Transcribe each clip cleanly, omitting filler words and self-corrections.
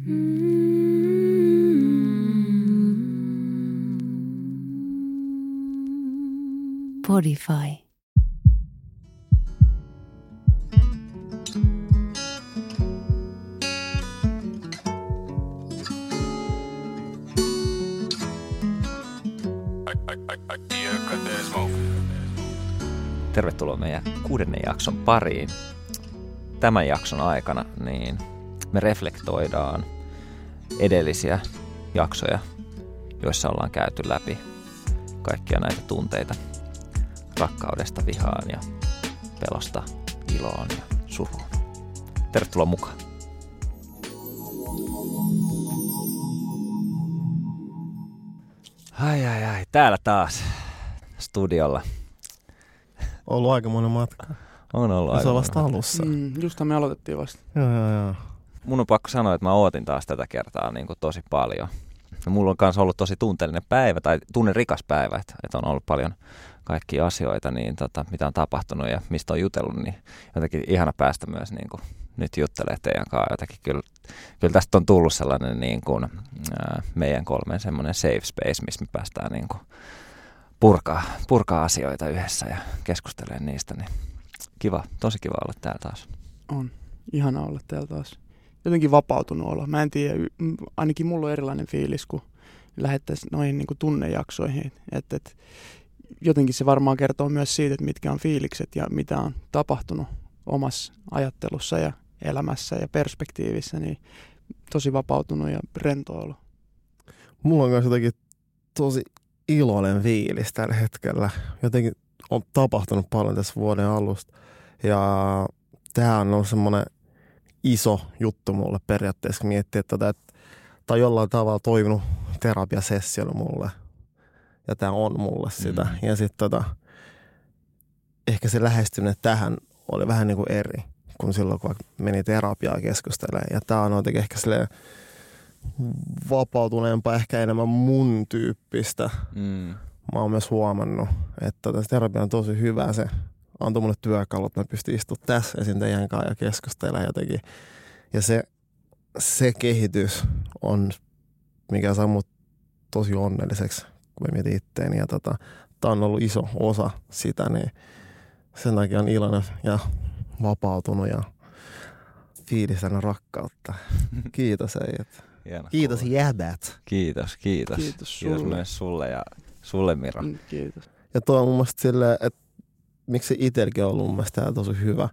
Podify. Tervetuloa meidän 6. jakson pariin. Tämän jakson aikana niin me reflektoidaan edellisiä jaksoja, joissa ollaan käyty läpi kaikkia näitä tunteita rakkaudesta vihaan ja pelosta iloon ja suruun. Tervetuloa mukaan. Ai, täällä taas studiolla. Ollut aikamoinen matka. On ollut aika. Se on vasta alussa. Justhan me aloitettiin vasta. Joo. Mun on pakko sanoa, että mä ootin taas tätä kertaa niin kuin tosi paljon. Ja mulla on kanssa ollut tosi tunteellinen päivä tai tunnerikas päivä, että on ollut paljon kaikkia asioita, niin mitä on tapahtunut ja mistä on jutellut, niin jotenkin ihana päästä myös niin kuin nyt juttelemaan teidän kanssa. Jotenkin kyllä tästä on tullut sellainen niin kuin, meidän kolmen semmoinen safe space, missä me päästään niin kuin purkaa asioita yhdessä ja keskustelemaan niistä. Niin tosi kiva olla täällä taas. On. Ihana olla täällä taas. Jotenkin vapautunut olla. Mä en tiedä, ainakin mulla on erilainen fiilis, kun lähettäisiin noihin niin kuin tunnejaksoihin. Et jotenkin se varmaan kertoo myös siitä, että mitkä on fiilikset ja mitä on tapahtunut omassa ajattelussa ja elämässä ja perspektiivissä. Niin tosi vapautunut ja rento olo. Mulla on myös jotenkin tosi iloinen fiilis tällä hetkellä. Jotenkin on tapahtunut paljon tässä vuoden alusta. Ja tämä on ollut semmoinen iso juttu mulle periaatteessa, kun miettii, että tämä on jollain tavalla toiminut terapiasessiona mulle. Ja tämä on mulle sitä. Ja sitten ehkä se lähestyminen tähän oli vähän niin kuin eri kuin silloin, kun meni terapiaa keskustelemaan. Ja tämä on jotenkin ehkä silleen vapautuneempaa, ehkä enemmän mun tyyppistä. Mä oon myös huomannut, että tässä terapia on tosi hyvä. Se antoi mulle työkalut, että mä pystyn istumaan tässä esim. Teidän kanssa ja keskustelemaan jotenkin. Ja se kehitys on, mikä saa mut tosi onnelliseksi, kun mä mietin itteeni. Ja tää on ollut iso osa sitä, niin sen takia on iloinen ja vapautunut ja fiilistänyt rakkautta. Kiitos äijät. Kiitos jäbät. Kiitos myös sulle ja sulle Miro. Kiitos. Ja toi on mun mielestä silleen, että miksi itselläkin on ollut mun mielestä tää tosi hyvä.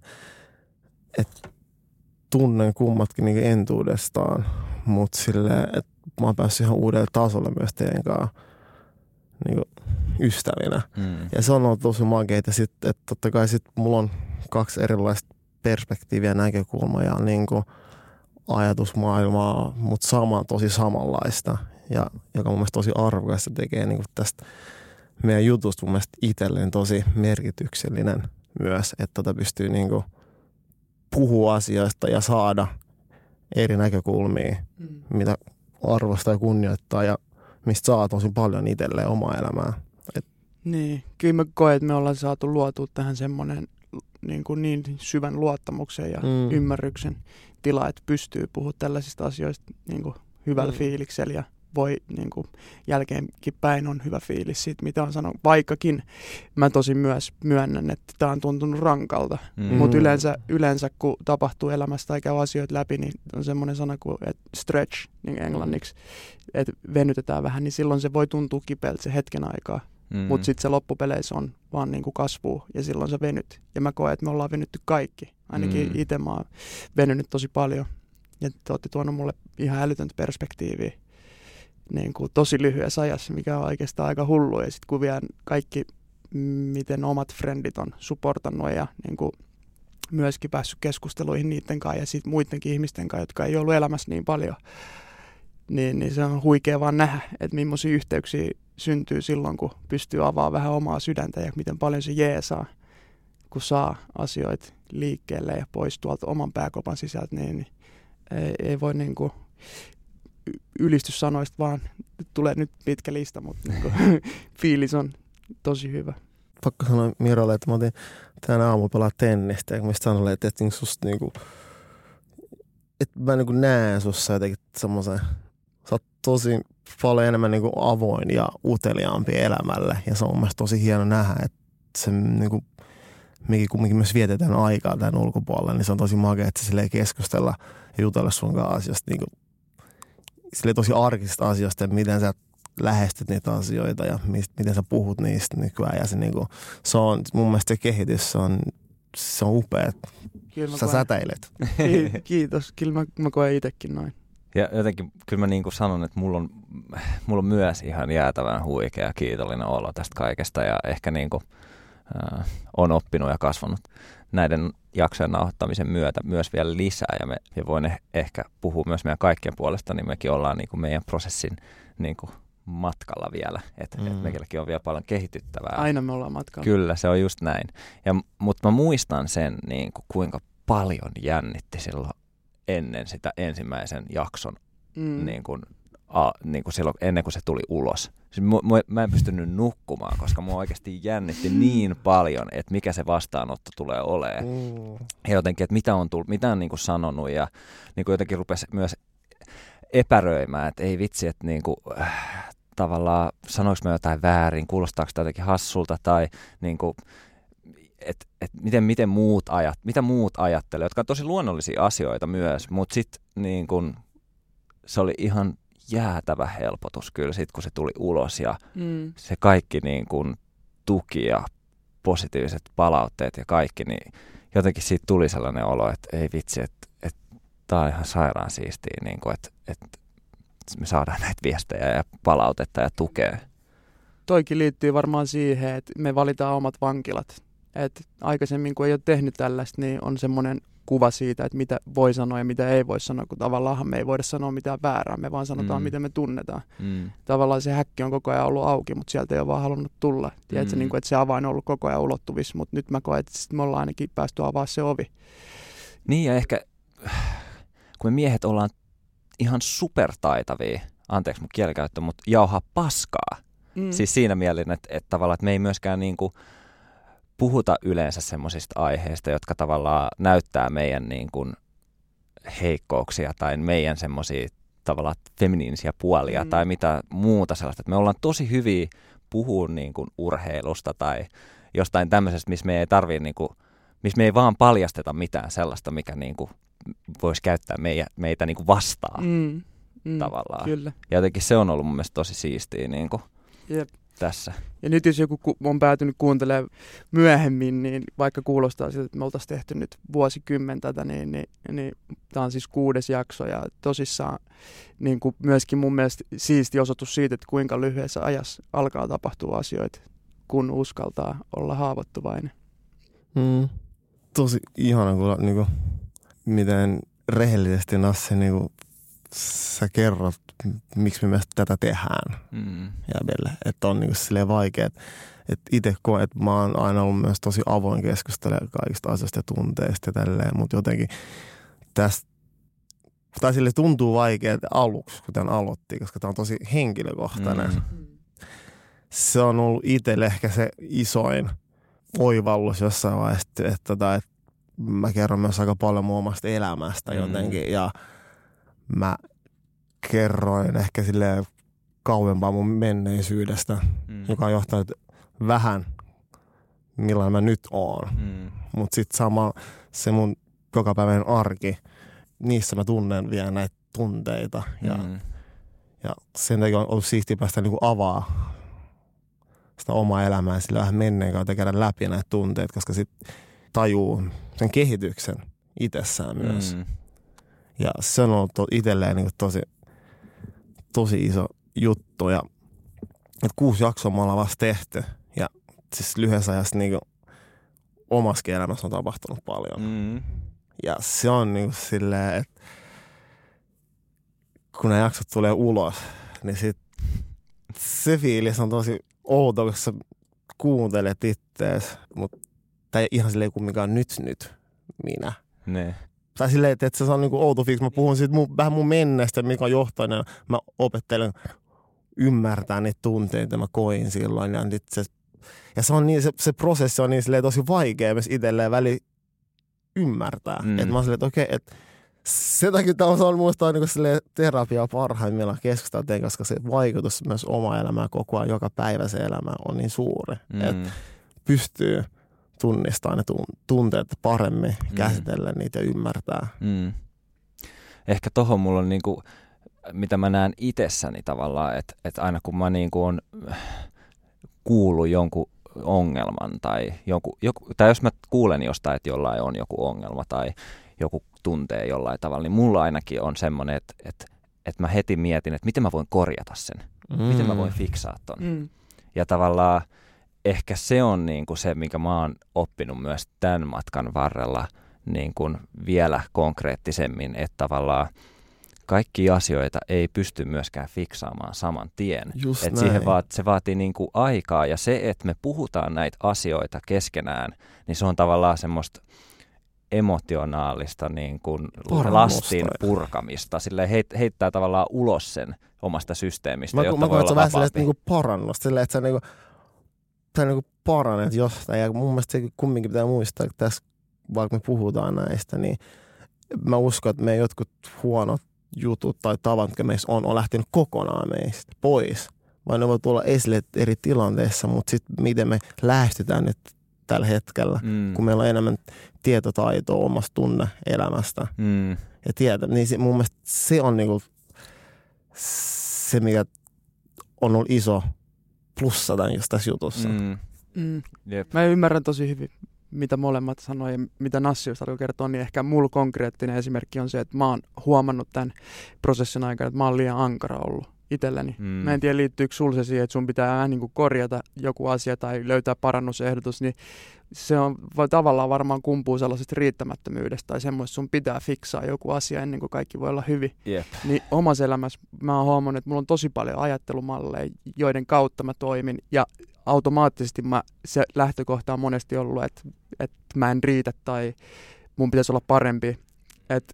Että tunnen kummatkin niin entuudestaan, mutta silleen, että mä oon päässyt ihan uudelle tasolle myös teidän kanssa niin ystävinä. Ja se on ollut tosi makeita sitten, että totta kai sit mulla on 2 erilaista perspektiiviä, näkökulmaa ja niin kuin ajatusmaailmaa, mutta tosi samanlaista. Ja joka mun mielestä tosi arvokasta tekee niin kuin tästä meidän jutusta mun mielestä itselleen tosi merkityksellinen myös, että pystyy niin kuin puhua asioista ja saada eri näkökulmia, mitä arvostaa ja kunnioittaa ja mistä saa tosi paljon itselleen omaa elämää. Niin, kyllä mä koen, että me ollaan saatu luotua tähän semmoinen niin syvän luottamuksen ja ymmärryksen tila, että pystyy puhumaan tällaisista asioista niin kuin hyvällä fiiliksellä ja voi niin kuin jälkeenkin päin on hyvä fiilis siitä, mitä on sanonut. Vaikkakin mä tosi myös myönnän, että tämä on tuntunut rankalta. Mutta yleensä kun tapahtuu elämästä tai käy asioita läpi, niin on semmoinen sana kuin stretch niin englanniksi, että venytetään vähän, niin silloin se voi tuntua kipeältä se hetken aikaa. Mutta sitten se loppupeleissä on vaan niin kuin kasvua ja silloin sä venyt. Ja mä koen, että me ollaan venytty kaikki. Ainakin itse mä oon venynyt tosi paljon. Ja te olette tuonut mulle ihan älytöntä perspektiiviä niin kuin tosi lyhyessä ajassa, mikä on oikeastaan aika hullu. Ja sitten kun vielä kaikki, miten omat frendit on supportannut ja niin kuin myöskin päässyt keskusteluihin niiden kanssa ja sitten muidenkin ihmisten kanssa, jotka ei ollut elämässä niin paljon, niin se on huikea vaan nähdä, että millaisia yhteyksiä syntyy silloin, kun pystyy avaamaan vähän omaa sydäntä ja miten paljon se jeesaa, kun saa asioita liikkeelle ja pois tuolta oman pääkopan sisältä, niin ei voi niin kuin ylistyssanoista vaan, tulee nyt pitkä lista, mutta niin kuin, fiilis on tosi hyvä. Pakko sanoa Mirolle, että mä otin tänä aamulla pelaa tennistä ja kun mä sanoin, että susta niinku että mä niin kuin näen sussa jotenkin semmoisen, sä oot tosi paljon enemmän niin kuin avoin ja uteliaampi elämälle. Ja se on mun mielestä tosi hieno nähdä, että se niin kuin, mekin kumminkin myös vietetään aikaa tämän ulkopuolella, niin se on tosi makea, että silleen keskustella ja jutella sun kanssa asiasta, niin kuin, silleen tosi arkisista asioista, että miten sä lähestyt niitä asioita ja miten sä puhut niistä nykyään. Ja se, niin kuin, se on mun mielestä se kehitys, se on upea. Sä säteilet. Kiitos. Kyllä mä koen itsekin noin. Ja jotenkin kyllä mä niin kuin sanon, että mulla on myös ihan jäätävän huikea kiitollinen olo tästä kaikesta ja ehkä niin kuin, on oppinut ja kasvanut näiden jaksojen nauhoittamisen myötä myös vielä lisää ja voin ehkä puhua myös meidän kaikkien puolesta, niin mekin ollaan niin kuin meidän prosessin niin kuin matkalla vielä, että meilläkin on vielä paljon kehityttävää. Aina me ollaan matkalla. Kyllä, se on just näin. Mutta mä muistan sen, niin kuin, kuinka paljon jännitti silloin ennen sitä ensimmäisen jakson, niin kuin silloin, ennen kuin se tuli ulos. Siis mä en pystynyt nukkumaan, koska mua oikeasti jännitti niin paljon, että mikä se vastaanotto tulee olemaan. Ja jotenkin, että mitä on niin kuin sanonut ja niin kuin jotenkin rupesi myös epäröimään, että ei vitsi, että niin kuin, tavallaan sanoinko mä jotain väärin, kuulostaako sitä jotenkin hassulta tai niin kuin, mitä muut ajattelee, jotka on tosi luonnollisia asioita myös, mutta sitten niin kun, se oli ihan jäätävä helpotus kyllä sit, kun se tuli ulos ja se kaikki niin kun, tuki ja positiiviset palautteet ja kaikki, niin jotenkin siitä tuli sellainen olo, että ei vitsi, että tää on ihan sairaan siistiä, niin kun, että me saadaan näitä viestejä ja palautetta ja tukea. Toikin liittyy varmaan siihen, että me valitaan omat vankilat. Et aikaisemmin, kun ei ole tehnyt tällaista, niin on semmoinen kuva siitä, että mitä voi sanoa ja mitä ei voi sanoa, kun tavallaan me ei voida sanoa mitään väärää, me vaan sanotaan, miten me tunnetaan. Tavallaan se häkki on koko ajan ollut auki, mutta sieltä ei ole vaan halunnut tulla. Tiedätkö, niin kuin, että se avain on ollut koko ajan ulottuvissa, mutta nyt mä koen, että me ollaan ainakin päästy avaamaan se ovi. Niin ja ehkä, kun me miehet ollaan ihan supertaitavia, anteeksi mun kielikäyttö, mutta jauhaa paskaa. Siis siinä mielin, että tavallaan, että me ei myöskään niinku puhuta yleensä semmoisista aiheista, jotka tavallaan näyttää meidän niin kuin heikkouksia tai meidän semmoisia tavallaan feminiinisiä puolia tai mitä muuta sellaista. Että me ollaan tosi hyviä puhua niin kuin urheilusta tai jostain tämmöisestä, missä me ei tarvitse, niin kuin, missä me ei vaan paljasteta mitään sellaista, mikä niin kuin voisi käyttää meitä niin kuin vastaan tavallaan. Kyllä. Ja jotenkin se on ollut mun mielestä tosi siistiä niin kuin tässä. Ja nyt jos joku on päätynyt kuuntelemaan myöhemmin, niin vaikka kuulostaa siltä, että me oltaisiin tehty nyt vuosikymmen tätä, niin tämä on siis 6. jakso ja tosissaan niin kuin myöskin mun mielestä siisti osoitus siitä, että kuinka lyhyessä ajassa alkaa tapahtua asioita, kun uskaltaa olla haavoittuvainen. Tosi ihana, kun niinku, miten rehellisesti Nasse niinku, sä kerrot, miksi me tätä tehdään. Ja vielä, että on niinku silleen vaikea. Että itse koen, että mä oon aina ollut myös tosi avoin keskustelemaan kaikista asioista ja tunteista ja tälleen, mutta jotenkin tästä, tai sille tuntuu vaikealta aluksi, kun tämän aloitti, koska tämä on tosi henkilökohtainen. Se on ollut itselle ehkä se isoin oivallus jossain vaiheessa, että mä kerron myös aika paljon mun omasta elämästä jotenkin, ja mä kerroin ehkä silleen kauempaa mun menneisyydestä, joka on johtanut vähän millainen mä nyt oon. Mutta sitten sama se mun jokapäiväinen arki, niissä mä tunnen vielä näitä tunteita. Ja sen takia on ollut siistiä päästä niinku avaa sitä omaa elämää sillä vähän menneen kautta käydä läpi näitä tunteita, koska sitten tajuu sen kehityksen itsessään myös. Ja se on ollut itselleen niin tosi iso juttu. Ja, että 6 jaksoa me ollaan vasta tehty. Ja siis lyhyessä ajassa niin omassakin elämässä on tapahtunut paljon. Ja se on niin silleen, että kun nämä jaksot tulee ulos, niin sit se fiilis on tosi outo, kun sä kuuntelet ittees. Mutta tää ei ihan silleen kumminkaan nyt minä. Ne. Tai silleen, että se on niinku outo fiilis. Mä puhun siitä vähän mun menneestä, mikä on johtajana. Mä opettelen ymmärtää niitä tunteita, mä koin silloin. Ja se on niin, se prosessi on niin silleen tosi vaikea myös itselleen väli ymmärtää. Että mä oon silleen, että okei, että sen takia tämä on muistaa niin terapiaa parhaimmillaan keskustelua, koska se vaikutus myös oma elämään koko ajan, joka päivä se elämä on niin suuri, että pystyy tunnistamaan ne tunteet paremmin, käsitellä niitä ja ymmärtää. Ehkä tohon mulla on niinku, mitä mä näen itsessäni tavallaan, että aina kun mä niinku on kuullut jonkun ongelman tai jos mä kuulen jostain, että jollain on joku ongelma tai joku tuntee jollain tavalla, niin mulla ainakin on semmoinen, että mä heti mietin, että miten mä voin korjata sen, miten mä voin fiksaa ton. Ja tavallaan ehkä se on niinku se, minkä mä oon oppinut myös tämän matkan varrella niin kuin vielä konkreettisemmin, että tavallaan kaikkia asioita ei pysty myöskään fiksaamaan saman tien. Että se vaatii niin kuin aikaa ja se, että me puhutaan näitä asioita keskenään, niin se on tavallaan semmoista emotionaalista niin kuin lastin purkamista. Silleen heittää tavallaan ulos sen omasta systeemistä, jotta voi olla vapaampi. Mä koen, että se vähän parannusta, silleen, että sä niinku paranet jostain. Ja mun mielestä se kumminkin pitää muistaa, että tässä, vaikka me puhutaan näistä, niin mä uskon, että meidän jotkut huonot jutut tai tavat, jotka meissä on lähtenyt kokonaan meistä pois. Vai ne voi tulla esille eri tilanteissa, mutta sitten miten me lähestytään nyt tällä hetkellä, kun meillä on enemmän tietotaitoa omasta tunne-elämästä ja tietä, niin mun mielestä se on niinku se, mikä on ollut iso plussa tässä jutussa. Yep. Mä ymmärrän tosi hyvin, mitä molemmat sanoo ja mitä Nassi just alkoi kertoa, niin ehkä mulla konkreettinen esimerkki on se, että mä oon huomannut tämän prosessin aikana, että mä oon liian ankara ollut itselleni. Mä en tiedä, liittyykö sulla se siihen, että sun pitää niin kuin korjata joku asia tai löytää parannusehdotus, niin se voi tavallaan varmaan kumpuu sellaisesta riittämättömyydestä tai semmoista, sun pitää fiksaa joku asia ennen kuin kaikki voi olla hyvin. Yep. Niin omassa elämässä mä oon huomannut, että mulla on tosi paljon ajattelumalleja, joiden kautta mä toimin ja automaattisesti se lähtökohta on monesti ollut, että mä en riitä tai mun pitäisi olla parempi, että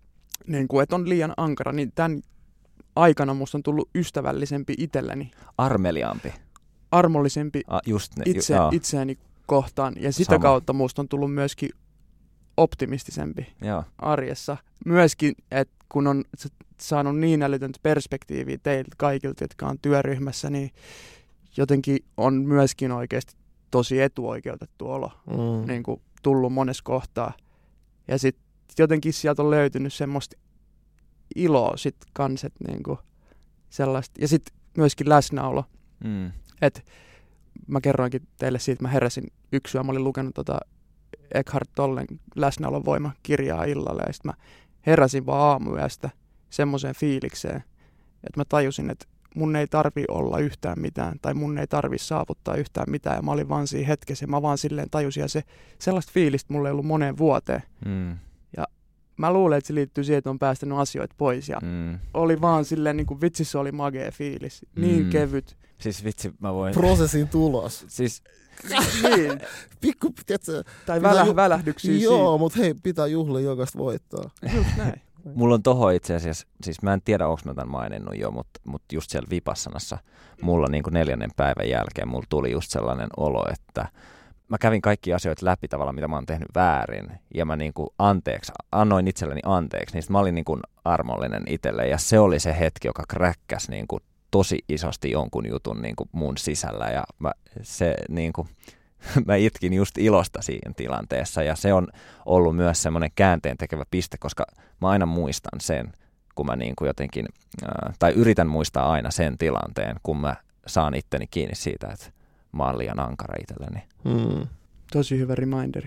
on liian ankara, niin tämän aikana musta on tullut ystävällisempi itselleni. Armeliaampi. Armollisempi itseäni kohtaan ja sitä kautta musta on tullut myöskin optimistisempi arjessa. Myöskin, että kun on saanut niin älytöntä perspektiiviä teiltä kaikilta, jotka on työryhmässä, niin jotenkin on myöskin oikeasti tosi etuoikeutettu olo niin kuin tullut monessa kohtaa. Ja sitten jotenkin sieltä on löytynyt semmoista iloa sitten kans, niin kuin sellaista. Ja sitten myöskin läsnäolo. Että mä kerroinkin teille siitä, että mä heräsin yöllä, mä olin lukenut Eckhart Tollen Läsnäolon voima-kirjaa illalla. Ja sitten mä heräsin vaan aamuyöstä semmoiseen fiilikseen, että mä tajusin, että mun ei tarvi olla yhtään mitään tai mun ei tarvi saavuttaa yhtään mitään ja mä olin vaan siinä hetkessä ja mä vaan silleen tajusin ja sellaista fiilistä mulla ei ollut moneen vuoteen. Ja mä luulen, että se liittyy siihen, että on päästänyt asioita pois ja oli vaan silleen niin kuin vitsi, se oli magea fiilis. Niin kevyt. Siis vitsi, mä voin... Prosessin tulos. Siis... niin. Pikku, tiedätkö... Tai välähdyksiä joo, mutta hei, pitää juhlia jokaista voittaa. Just näin. Mulla on tohon itse asiassa, siis mä en tiedä, onko mä tämän maininnut jo, mutta just siellä Vipassanassa mulla niin kuin 4. päivän jälkeen mulla tuli just sellainen olo, että mä kävin kaikki asioita läpi tavallaan, mitä mä oon tehnyt väärin ja mä niin kuin annoin itselleni anteeksi, niin mä olin niin kuin armollinen itselle ja se oli se hetki, joka kräkkäsi niin kuin tosi isosti jonkun jutun niin kuin mun sisällä ja mä itkin just ilosta siinä tilanteessa ja se on ollut myös semmoinen käänteentekevä piste, koska mä aina muistan sen, kun mä niin kuin jotenkin, tai yritän muistaa aina sen tilanteen, kun mä saan itteni kiinni siitä, että mä oon liian ankara itselleni. Tosi hyvä reminderi.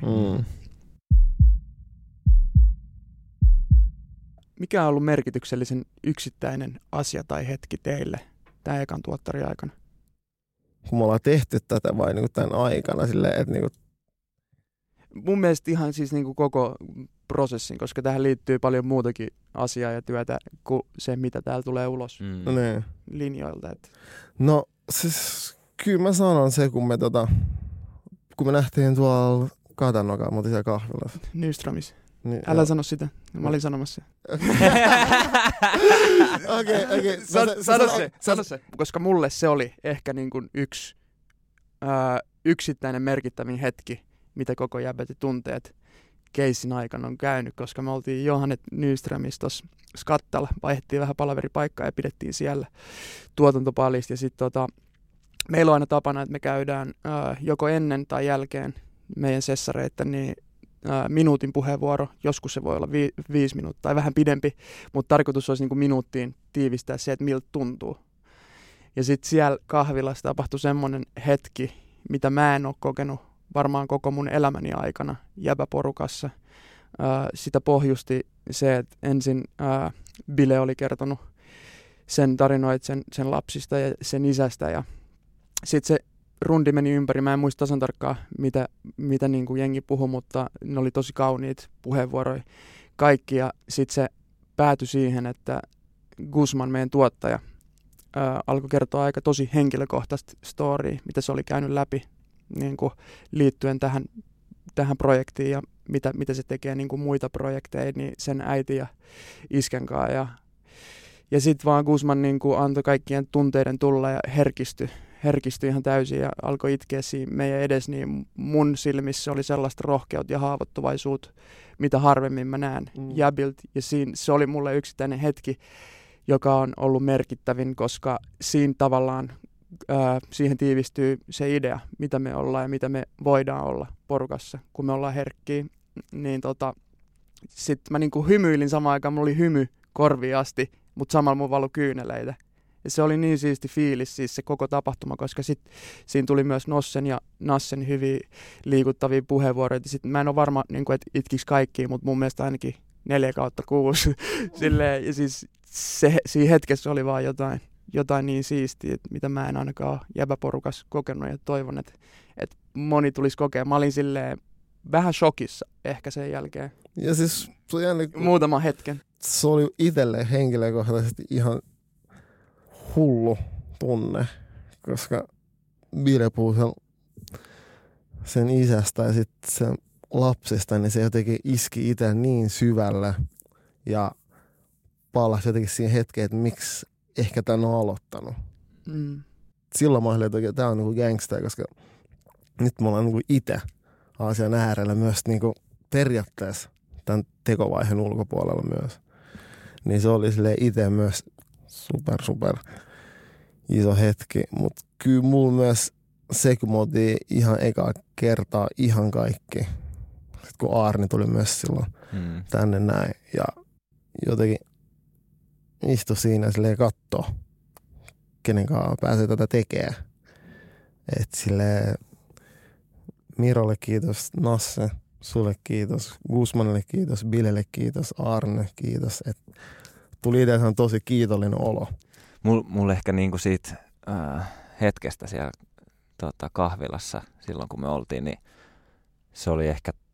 Mikä on ollut merkityksellisen yksittäinen asia tai hetki teille tämän ekan tuottarin aikana? Kun me ollaan tehty tätä vain niin tämän aikana silleen, että niin kuin... Mun mielestä ihan siis niin kuin koko prosessin, koska tähän liittyy paljon muutakin asiaa ja työtä kuin se, mitä täällä tulee ulos linjoilta. Että... No siis kyllä mä sanon se, kun me nähtiin tuolla Katanokaan, mä oltiin siellä kahvilassa. Nyströmissä. Niin, älä sano sitä. Mä olin sanomassa se. Okei. Sano se. Koska mulle se oli ehkä niin kuin yksi yksittäinen merkittävin hetki, mitä koko jäbäti tunteet keissin aikana on käynyt, koska me oltiin Johannet Nyströmissä tuossa Skattalla, vaihdettiin vähän palaveripaikkaa ja pidettiin siellä tuotantopalista. Ja sitten meillä on aina tapana, että me käydään joko ennen tai jälkeen meidän sessareita, niin minuutin puheenvuoro, joskus se voi olla 5 minuuttia tai vähän pidempi, mutta tarkoitus olisi niin kuin minuuttiin tiivistää se, että miltä tuntuu. Ja sitten siellä kahvilassa tapahtui semmoinen hetki, mitä mä en ole kokenut varmaan koko mun elämäni aikana jäbäporukassa. Sitä pohjusti se, että ensin Bile oli kertonut sen tarinoit sen lapsista ja sen isästä. Ja sitten se rundi meni ympäri. Mä en muista tasan tarkkaan, mitä niin kuin jengi puhui, mutta ne oli tosi kauniit puheenvuoroja kaikki. Ja sitten se päätyi siihen, että Guzman, meidän tuottaja, alkoi kertoa aika tosi henkilökohtaista storya, mitä se oli käynyt läpi niin kuin liittyen tähän projektiin ja mitä se tekee niin kuin muita projekteja, niin sen äiti ja iskän kanssa. Ja sitten vaan Guzman niin kuin antoi kaikkien tunteiden tulla ja herkistyi ihan täysin ja alkoi itkeä siinä meidän edes, niin mun silmissä oli sellaista rohkeutta ja haavoittuvaisuutta, mitä harvemmin mä näen jäbiltä. Ja se oli mulle yksittäinen hetki, joka on ollut merkittävin, koska siinä tavallaan siihen tiivistyy se idea, mitä me ollaan ja mitä me voidaan olla porukassa, kun me ollaan herkkiä. Niin sitten mä niinku hymyilin samaan aikaan, mulla oli hymy korviin asti, mutta samalla mun valui kyyneleitä. Ja se oli niin siisti fiilis siis se koko tapahtuma, koska siinä tuli myös Nossen ja Nassen hyviä liikuttavia puheenvuoroja. Sitten mä en ole varma, niin että itkiksi kaikkia, mutta mun mielestä ainakin 4/6. Silleen, ja siis siinä hetkessä oli vaan jotain niin siistiä, että mitä mä en ainakaan ole jäbäporukas kokenut ja toivon, että moni tulisi kokemaan. Mä olin silleen vähän shokissa ehkä sen jälkeen. Ja siis se muutaman hetken. Se oli itselle henkilökohtaisesti ihan hullu tunne, koska Bile puhui sen isästä ja sitten sen lapsesta, niin se jotenkin iski itse niin syvälle ja palasi jotenkin siihen hetkeen, että miksi ehkä tämän on aloittanut. Silloin mä olin, että tämä on niinku gangster, koska nyt me ollaan niinku itse asian äärellä myös niinku periaatteessa tämän tekovaiheen ulkopuolella myös. Niin se oli silleen itse myös super iso hetki, mutta kyllä mulla myös se, kun me oltiin ihan ekaa kertaa ihan kaikki. Sitten kun Aarni tuli myös silloin tänne näin ja jotenkin istui siinä silleen kattoo, kenen kanssa pääsee tätä tekemään. Että silleen Mirolle kiitos, Nasse, sulle kiitos, Guzmanille kiitos, Bilelle kiitos, Aarne kiitos. Et tuli itse tosi kiitollinen olo. Mulle ehkä niinku siitä hetkestä siellä kahvilassa silloin, kun me oltiin, niin se oli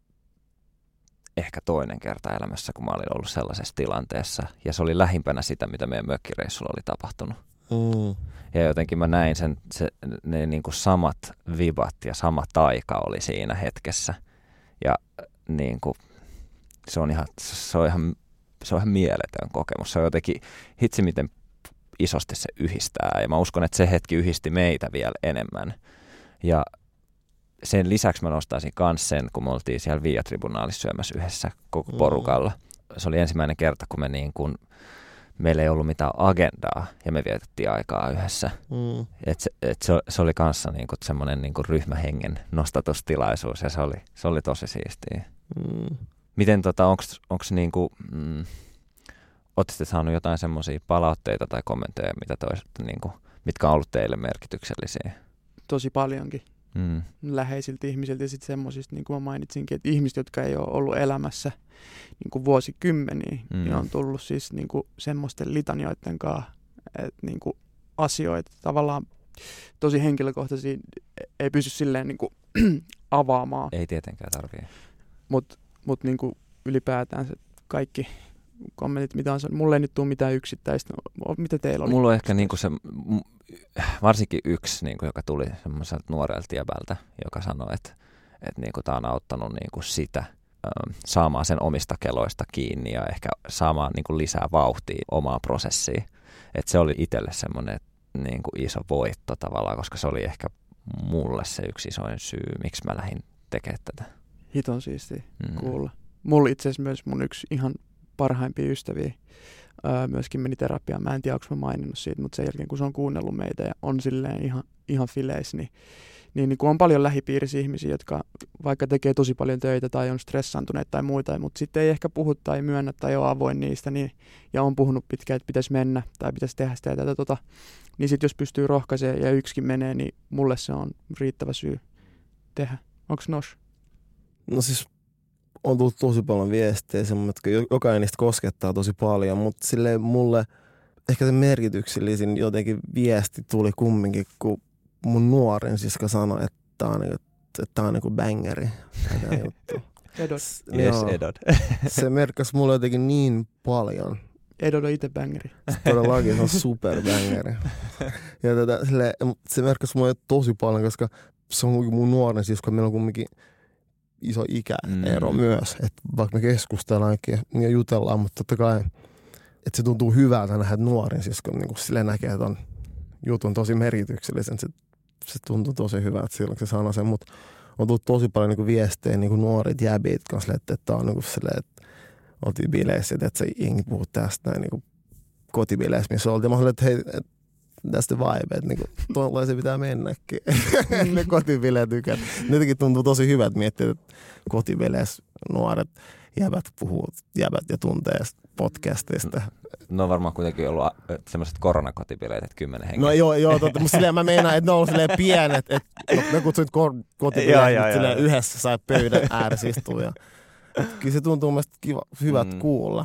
ehkä toinen kerta elämässä, kun mä olin ollut sellaisessa tilanteessa. Ja se oli lähimpänä sitä, mitä meidän mökkireissulla oli tapahtunut. Ja jotenkin mä näin ne niin kuin samat vibat ja sama taika oli siinä hetkessä. Ja niin kuin, se on ihan mieletön kokemus. Se on jotenkin hitsi, miten isosti se yhdistää. Ja mä uskon, että se hetki yhdisti meitä vielä enemmän. Ja sen lisäksi mä nostaisin myös sen, kun me oltiin siellä Via-tribunaalissa syömässä yhdessä koko porukalla. Se oli ensimmäinen kerta, kun meillä ei ollut mitään agendaa ja me vietettiin aikaa yhdessä. Se oli kanssa niinku semmoinen niinku ryhmähengen nostatustilaisuus ja se oli tosi siistiä. Miten onko niinku, ootte saanut jotain semmoisia palautteita tai kommentteja, mitkä on ollut teille merkityksellisiä? Tosi paljonkin. Läheisiltä ihmisiltä ja sitten semmoisista, niin kuin mä mainitsinkin, että ihmiset, jotka ei ole ollut elämässä niin kuin vuosikymmeniä, niin on tullut siis niin kuin semmoisten litanioiden kanssa, että niin kuin asioita tavallaan tosi henkilökohtaisia ei pysty silleen niin kuin avaamaan. Ei tietenkään tarvitse. Mut niin kuin ylipäätään se kaikki kommentit, mitä on sanonut. Mulla ei nyt tule mitään yksittäistä. Mitä teillä oli? Mulla on ehkä niinku se, varsinkin yksi, niinku, joka tuli semmoiselta nuorelta jäbältä, joka sanoi, että niinku, tämä on auttanut niinku, sitä saamaan sen omista keloista kiinni ja ehkä saamaan niinku, lisää vauhtia omaa prosessiin. Et se oli itselle semmoinen niinku, iso voitto tavallaan, koska se oli ehkä mulle se yksi isoin syy, miksi mä lähdin tekemään tätä. Hiton siistiä kuulla. mulla itse asiassa myös mun yksi ihan parhaimpia ystäviä myöskin meni terapiaan. Mä en tiedä, onko mä maininnut siitä, mutta sen jälkeen kun se on kuunnellut meitä ja on silleen ihan fileis, niin kun on paljon lähipiirissä ihmisiä, jotka vaikka tekee tosi paljon töitä tai on stressaantuneet tai muita, mutta sitten ei ehkä puhu tai myönnä tai ole avoin niistä, ja on puhunut pitkään, että pitäisi mennä tai pitäisi tehdä sitä ja tätä, niin sitten jos pystyy rohkaisemaan ja yksikin menee, niin mulle se on riittävä syy tehdä. Onko Nosh? No siis on tullut tosi paljon viestejä, että jokainen niistä koskettaa tosi paljon, mutta silleen mulle ehkä se merkityksellisin jotenkin viesti tuli kumminkin, kun mun nuorin sisko sanoi, että tää on niinku bangeri. Edod. Yes, Edod. Se merkkasi mulle jotenkin niin paljon. Edod on itse bangeri. Todellakin, se on super bangeri. Ja se merkkasi mulle tosi paljon, koska se on mun nuorin sisko, meillä on kumminkin iso ikäero myös. Että vaikka me keskustellaankin ja jutellaan, mutta totta kai, että se tuntuu hyvältä nähdä, että nuorin sisko niin silleen näkee, että on jutun tosi merkityksellisen. Se tuntuu tosi hyvältä silloin, kun se sanoi sen, mutta on tullut tosi paljon niin viestejä niin nuorit jäbit kanssa, että on niin silleen, että oltiin bileissä, että se jengi puhuu tästä näin niin kotibileissä, missä oltiin. Mä sanoin, että hei, that's the vibe, että niin tuolla se pitää mennäkin. Ne kotibileet tykät. Jotenkin tuntuu tosi hyvältä miettiä, että kotibileissä nuoret jäbät puhuu jäbät ja tuntee podcastista. No on varmaan kuitenkin ollut semmoiset koronakotibileet, että 10 henkeä. No joo, mutta silleen mä meinaan, että ne on ollut silleen pienet, että me kutsuin kotibileet, mutta silleen yhdessä sai pöydän ääressä istua. Ja kyllä se tuntuu mielestäni kiva, hyvät kuulla.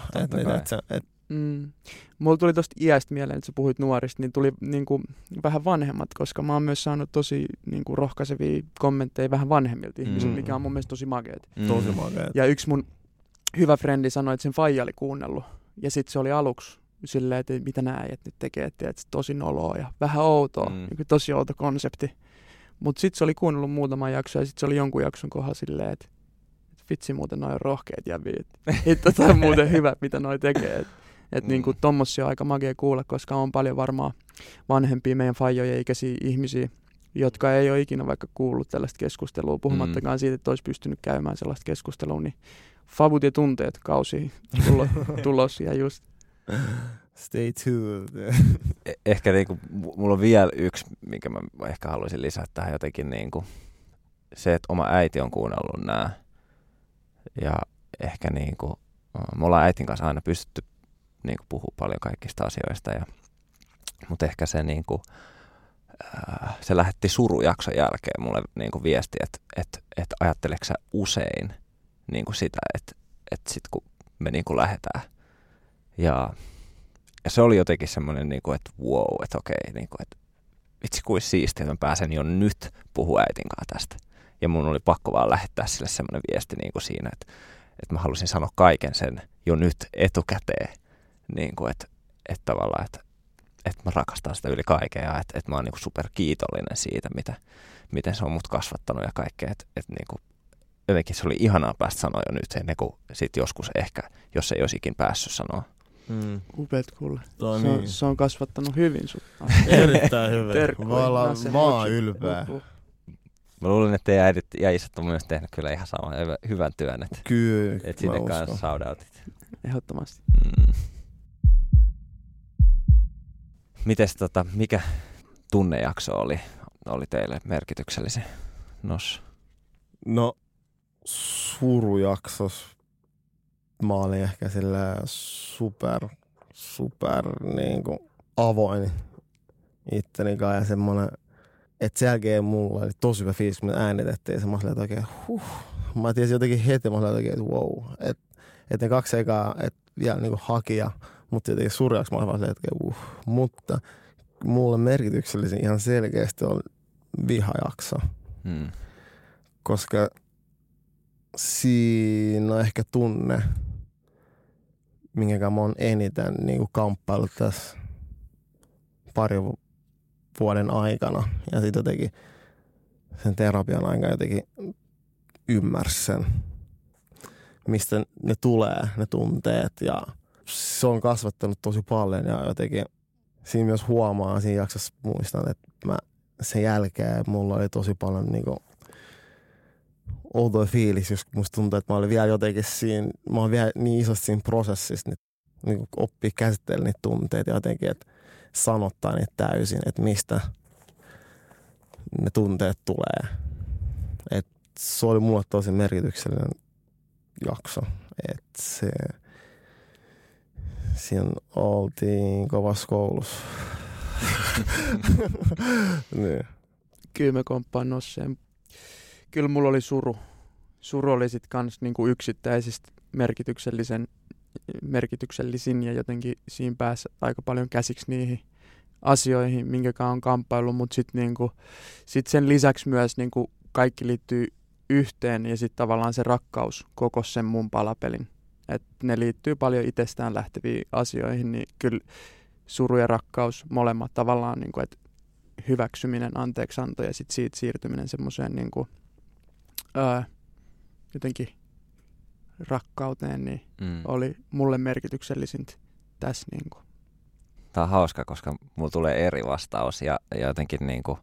Mulla tuli tosta iästä mieleen, että sä puhuit nuorista, niin tuli niinku vähän vanhemmat, koska mä oon myös saanut tosi niinku rohkaisevia kommentteja vähän vanhemmilta ihmisiltä, mikä on mun mielestä tosi makeet. Tosi makeet. Ja yksi mun hyvä frendi sanoi, että sen faija oli kuunnellut. Ja sitten se oli aluksi silleen, että mitä nämä äijät nyt tekee, että tosi noloa ja vähän outoa, tosi outo konsepti. Mutta sitten se oli kuunnellut muutaman jakson ja sitten se oli jonkun jakson kohdalla silleen, että vitsi muuten noi on rohkeat jäviä. Että toi on muuten hyvä, mitä noi tekee. Että niinku tommosia on aika magia kuulla, koska on paljon varmaan vanhempia meidän faijojen ikäisiä ihmisiä, jotka ei ole ikinä vaikka kuullut tällaista keskustelua, puhumattakaan siitä, että olisi pystynyt käymään sellaista keskustelua, niin favut ja tunteet kausi tulos ja just. Stay tuned. Ehkä niinku, mulla on vielä yksi, minkä mä ehkä haluaisin lisätä tähän jotenkin niinku, se, että oma äiti on kuunnellut nää. Ja ehkä niinku, me ollaan äitin kanssa aina pystytty niinku puhua paljon kaikista asioista. Mutta ehkä se niinku, se lähetti surujakson jälkeen mulle niinku viesti, että ajatteleksä sä usein niinku sitä, että sit kun me niinku lähdetään. Ja se oli jotenkin semmoinen, niinku, että wow, että okei, niinku, että vitsi kuin siistiä, että mä pääsen jo nyt puhua äitin kanssa tästä. Ja mun oli pakko vaan lähettää sille semmoinen viesti niinku siinä, että mä halusin sanoa kaiken sen jo nyt etukäteen. Niinku, että tavallaan, että mä rakastan sitä yli kaiken ja että mä oon niinku super kiitollinen siitä, miten se on mut kasvattanut ja kaikkea. Että niinku, jotenkin se oli ihanaa päästä sanoa jo nyt ennen kuin sit joskus ehkä, jos ei olisi ikin päässyt sanoa. Upeat kuule. Niin. Se on kasvattanut hyvin sut. Erittäin hyvin. Vaan ylpeä. Mä luulen, että teidän äidit ja isät on myös tehnyt kyllä ihan saman hyvän työn. Kyllä. Että sinne kanssa shoutoutit. Ehdottomasti. Mites mikä tunnejakso oli teille merkityksellisin? No, surujaksos mä olin ehkä sillä super niinku avoin itteni kanssa ja semmonen, että sen jälkeen mulla oli tosi hyvä fiilis, kun me äänitettiin ja mä olin oikein mä tiesin jotenkin heti, mä olin oikein, että wow, että ne 2 ekaa, että vielä niinku hakija, mutta jotenkin surjaksi mä olin vaan että mutta mulle merkityksellisin ihan selkeästi on vihajakso. Koska siinä on ehkä tunne, minkä mä oon eniten niin kuin kamppailut tässä parin vuoden aikana. Ja sitten jotenkin sen terapian aikana jotenkin ymmärsin sen, mistä ne tulee, ne tunteet. Ja se on kasvattanut tosi paljon ja jotenkin siinä myös huomaa, siinä jaksossa muistan, että mä sen jälkeen mulla oli tosi paljon niinku outo fiilis, jos musta tuntuu, että mä olin vielä jotenkin siinä, mä oon vielä niin isosti siinä prosessissa, niin oppii käsitellä niitä tunteita jotenkin, että sanottaa niitä täysin, että mistä ne tunteet tulee. Et se oli mulle tosi merkityksellinen jakso, että siinä oltiin kovassa koulussa. Niin. Kyllä mä komppaan Nosseen. Kyllä mulla oli suru. Suru oli sit kans niinku yksittäisistä merkityksellisin ja jotenkin siinä päässä aika paljon käsiksi niihin asioihin, minkäkaan on kamppailu, mutta sit sen lisäksi myös niinku kaikki liittyy yhteen ja sitten tavallaan se rakkaus koko sen mun palapelin. Et ne liittyy paljon itsestään lähteviin asioihin, niin kyllä suru ja rakkaus molemmat tavallaan, niinku, että hyväksyminen, anteeksianto ja sitten siitä siirtyminen semmoiseen niinku, jotenkin rakkauteen, niin oli mulle merkityksellisintä tässä. Niinku. Tämä on hauska, koska mulla tulee eri vastaus ja jotenkin niinku,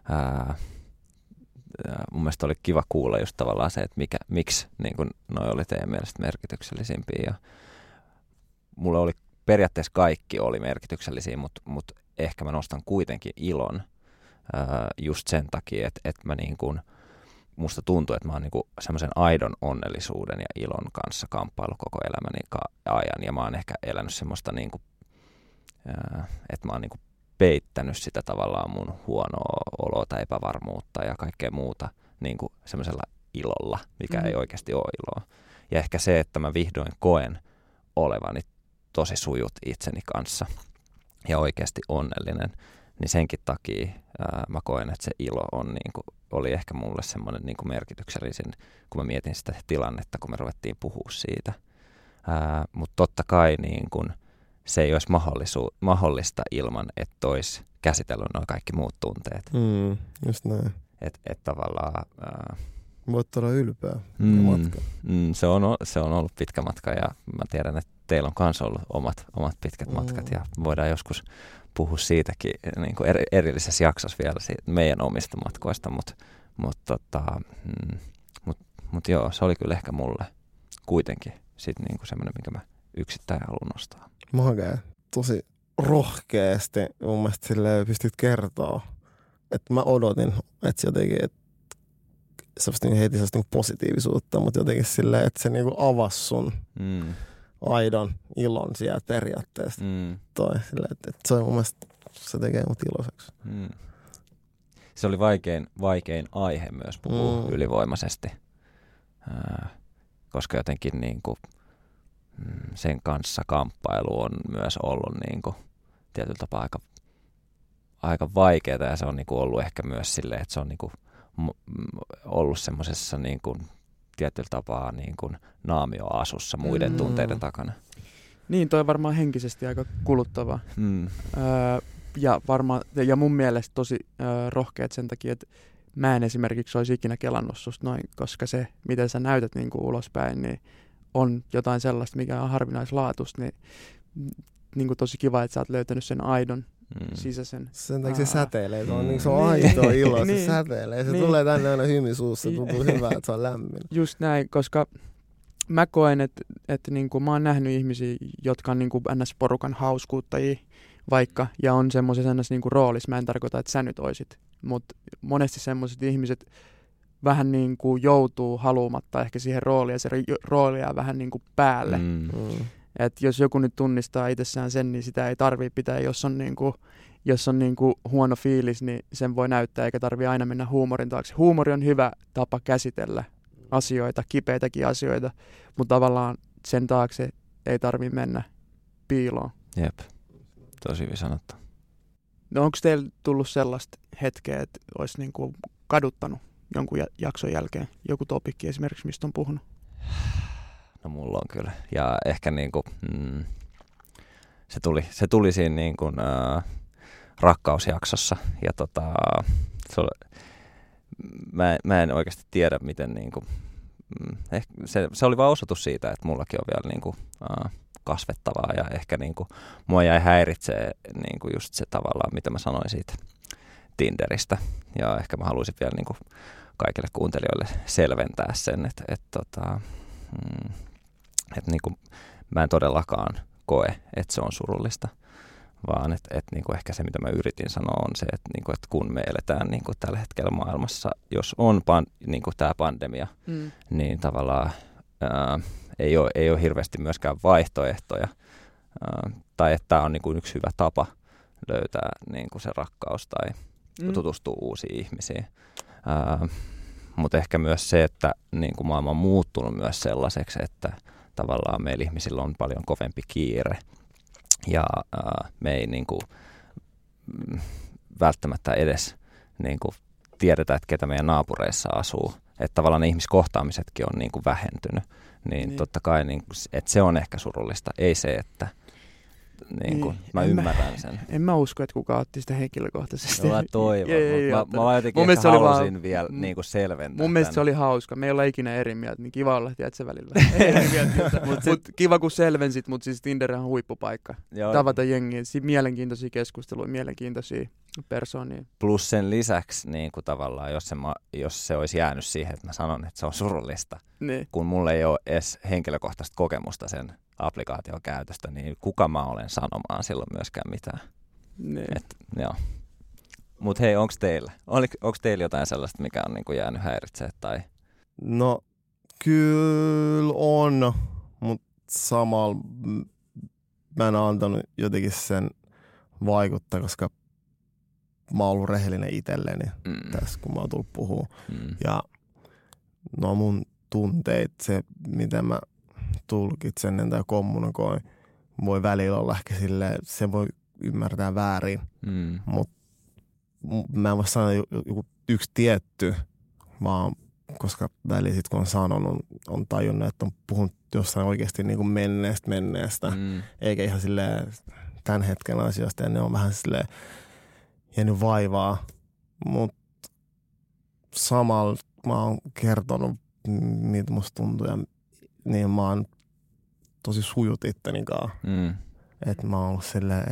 mun mielestä oli kiva kuulla just tavallaan se, että miksi niinku noi oli teidän mielestä merkityksellisimpiä. Ja mulle oli periaatteessa kaikki oli merkityksellisiä, mutta ehkä mä nostan kuitenkin ilon just sen takia, että mä niinku, musta tuntuu, että mä oon niinku semmoisen aidon onnellisuuden ja ilon kanssa kamppailu koko elämäni ajan. Ja mä oon ehkä elänyt semmoista, niinku, että mä oon niinku peittänyt sitä tavallaan mun huonoa oloa tai epävarmuutta ja kaikkea muuta niinku semmoisella ilolla, mikä ei oikeasti ole iloa. Ja ehkä se, että mä vihdoin koen olevani tosi sujut itseni kanssa ja oikeasti onnellinen, niin senkin takia mä koen, että se ilo on niinku, oli ehkä mulle semmoinen niinku merkityksellisin, kun mä mietin sitä tilannetta, kun me ruvettiin puhua siitä. Mutta totta kai niinku, se ei olisi mahdollista ilman, että olisi käsitellyt nuo kaikki muut tunteet. Just näin. Että tavallaan... Voit olla ylpeä matka. Se on ollut pitkä matka ja mä tiedän, että teillä on myös ollut omat pitkät matkat ja voidaan joskus puhua siitäkin niin kuin erillisessä jaksossa vielä siitä meidän omista matkoista, mutta joo, se oli kyllä ehkä mulle kuitenkin sit niin kuin semmoinen, minkä mä yksittäin haluan nostaa. Magea. Tosi rohkeasti mun mielestä silleen pystyt kertoa, että mä odotin, että se jotenkin, että heti sellaista positiivisuutta, mutta jotenkin silleen, että se niinku avasi sun aidon ilon sieltä periaatteessa. Silleen, että se on mun mielestä, se tekee mut iloiseksi. Se oli vaikein aihe myös puhua ylivoimaisesti, koska jotenkin niinku, sen kanssa kamppailu on myös ollut niinku, tietyllä tapaa aika vaikeaa ja se on niinku ollut ehkä myös silleen, että se on niinku, ollut semmoisessa niin kuin tietyllä tapaa niin kuin naamioasussa muiden tunteiden takana. Niin, toi on varmaan henkisesti aika kuluttava. Ja mun mielestä tosi rohkeat sen takia, että mä en esimerkiksi olisi ikinä kelannut susta noin, koska se, miten sä näytät niin kuin ulospäin, niin on jotain sellaista, mikä on harvinaislaatuista, niin kuin tosi kiva, että sä oot löytänyt sen aidon sisäisen. Sen takia se säteilee, se on aitoa ilo, se säteilee. Se tulee tänne aina hymy suussa, tuntuu hyvää, että se on lämmin. Just näin, koska mä koen, että niinku, mä oon nähnyt ihmisiä, jotka on niinku NS-porukan hauskuuttajia vaikka, ja on semmoisessa niinku roolissa. Mä en tarkoita, että sä nyt oisit, mutta monesti semmoiset ihmiset vähän niinku joutuu haluamatta ehkä siihen rooliin, ja se rooli jää vähän niinku päälle. Että jos joku nyt tunnistaa itsessään sen, niin sitä ei tarvitse pitää. Jos on huono fiilis, niin sen voi näyttää, eikä tarvitse aina mennä huumorin taakse. Huumori on hyvä tapa käsitellä asioita, kipeitäkin asioita, mutta tavallaan sen taakse ei tarvitse mennä piiloon. Jep, tosi hyvin sanottu. No onko teillä tullut sellaista hetkeä, että olisi niinku kaduttanut jonkun jakson jälkeen joku topikki esimerkiksi, mistä on puhunut? No mulla on kyllä. Ja ehkä niinku, se tuli siinä niinku, rakkausjaksossa. Ja mä en oikeasti tiedä, miten niinku, se oli vaan osoitus siitä, että mullakin on vielä niinku, kasvettavaa. Ja ehkä niinku, mua jäi häiritsee niinku just se tavallaan, mitä mä sanoin siitä Tinderistä. Ja ehkä mä haluaisin vielä niinku kaikille kuuntelijoille selventää sen, että niin kuin mä en todellakaan koe, että se on surullista, vaan että niin kuin ehkä se, mitä mä yritin sanoa, on se, että, niin kuin, että kun me eletään niin kuin tällä hetkellä maailmassa, jos on niin kuin tämä pandemia, niin tavallaan ei ole hirveästi myöskään vaihtoehtoja, tai että tämä on niin kuin yksi hyvä tapa löytää niin kuin se rakkaus tai tutustua uusiin ihmisiin. Mutta ehkä myös se, että niin kuin maailma on muuttunut myös sellaiseksi, että tavallaan meillä ihmisillä on paljon kovempi kiire ja me ei niin kuin, välttämättä edes niin kuin tiedetä, että ketä meidän naapureissa asuu. Että tavallaan ne ihmiskohtaamisetkin on niin kuin vähentynyt. Niin totta kai niin kuin, että se on ehkä surullista, ei se, että niin kuin, mä ymmärrän sen. En mä usko, että kukaan otti sitä henkilökohtaisesti. Mä toivon, mutta mä jotenkin ehkä halusin vielä niin kuin selventää. Mun mielestä se oli hauska. Me ei olla ikinä eri mieltä, niin kiva olla, tiedätkö, välillä. Mutta kiva, kun selvensit, mutta siis Tinder on huippupaikka. Joo. Tavata jengiä, mielenkiintoisia keskusteluja, mielenkiintoisia persoonia. Plus sen lisäksi niin kuin tavallaan, jos se olisi jäänyt siihen, että mä sanon, että se on surullista, niin. Kun mulla ei ole edes henkilökohtaista kokemusta sen applikaation käytöstä, niin kuka mä olen sanomaan silloin myöskään mitään. Niin. Mutta hei, onko teillä jotain sellaista, mikä on niinku jäänyt häiritseet? Tai? No, kyllä on, mutta samalla mä en antanut jotenkin sen vaikuttaa, koska mä oon ollut rehellinen itselleni tässä, kun mä oon tullut puhua. Ja no mun tunteet, se miten mä tulkitsen tai kommunikoin, voi välillä olla ehkä silleen, se voi ymmärtää väärin, mutta mä en voi sanoa joku yksi tietty, vaan koska välillä sit kun on sanonut, on tajunnut, että on puhunut jossain oikeasti niin kuin menneestä, eikä ihan silleen tämän hetken asioista, ja ne on vähän silleen jäänyt vaivaa, mutta samalla mä oon kertonut, mitä musta tuntuu, ja niin mä oon tosi sujut itteni kanssa. Että mä oon ollut silleen,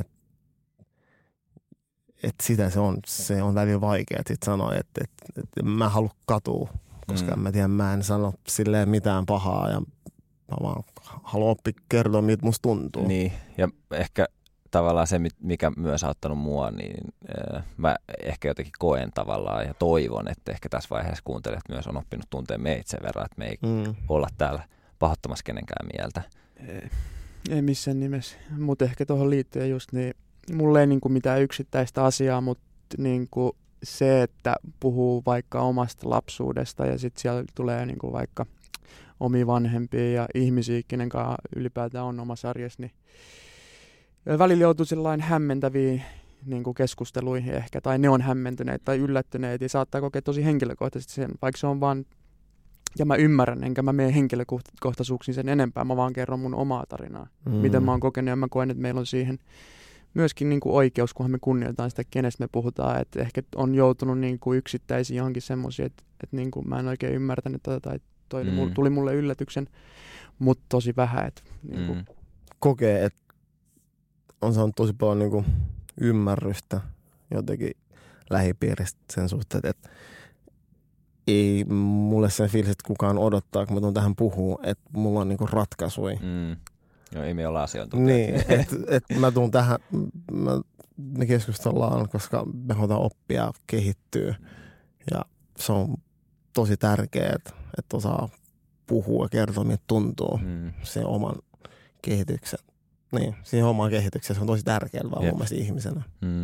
että sitä se on välillä vaikea sit sanoa, että mä haluan katua, koska mä tiedän, mä en sano silleen mitään pahaa ja mä vaan haluan oppia kertoa, mitä musta tuntuu. Niin, ja ehkä tavallaan se, mikä myös on auttanut mua, niin mä ehkä jotenkin koen tavallaan ja toivon, että ehkä tässä vaiheessa kuuntelijat myös on oppinut tuntea meitä sen verran, että me ei olla täällä pahoittamassa kenenkään mieltä. Ei missään nimessä, mutta ehkä tuohon liittyen just niin, mulla ei niinku mitään yksittäistä asiaa, mutta niinku se, että puhuu vaikka omasta lapsuudesta ja sitten siellä tulee niinku vaikka omia vanhempia ja ihmisiä, kenen kanssa ylipäätään on omassa arjessa, niin välillä joutuu sellainen hämmentäviin niinku keskusteluihin ehkä, tai ne on hämmentyneet tai yllättyneet ja saattaa kokea tosi henkilökohtaisesti sen, vaikka se on vaan. Ja mä ymmärrän, enkä mä mene henkilökohtaisuuksiin sen enempää, mä vaan kerron mun omaa tarinaa. Miten mä oon kokenut, ja mä koen, että meillä on siihen myöskin niin kuin oikeus, kunhan me kunnioitetaan sitä, kenestä me puhutaan. Että ehkä on joutunut niin kuin yksittäisiin johonkin semmoisia, että niin kuin mä en oikein ymmärtänyt tai tuli mulle yllätyksen, mutta tosi vähän. Että, niin kuin. Kokee, että on saanut tosi paljon niin kuin ymmärrystä jotenkin lähipiiristä sen suhteen, että ei mulle sen fiilis, että kukaan odottaa, kun mä tuun tähän puhua, että mulla on niinku ratkaisuja. No ei me olla asiantuntijoita. Niin, että mä tuun tähän, me keskustellaan, koska me halutaan oppia kehittyä. Ja se on tosi tärkeää, että osaa puhua ja kertoa, miltä tuntuu sen oman kehityksen. Niin, siihen omaan kehitykseen se on tosi tärkeää vaan mun mielestä ihmisenä.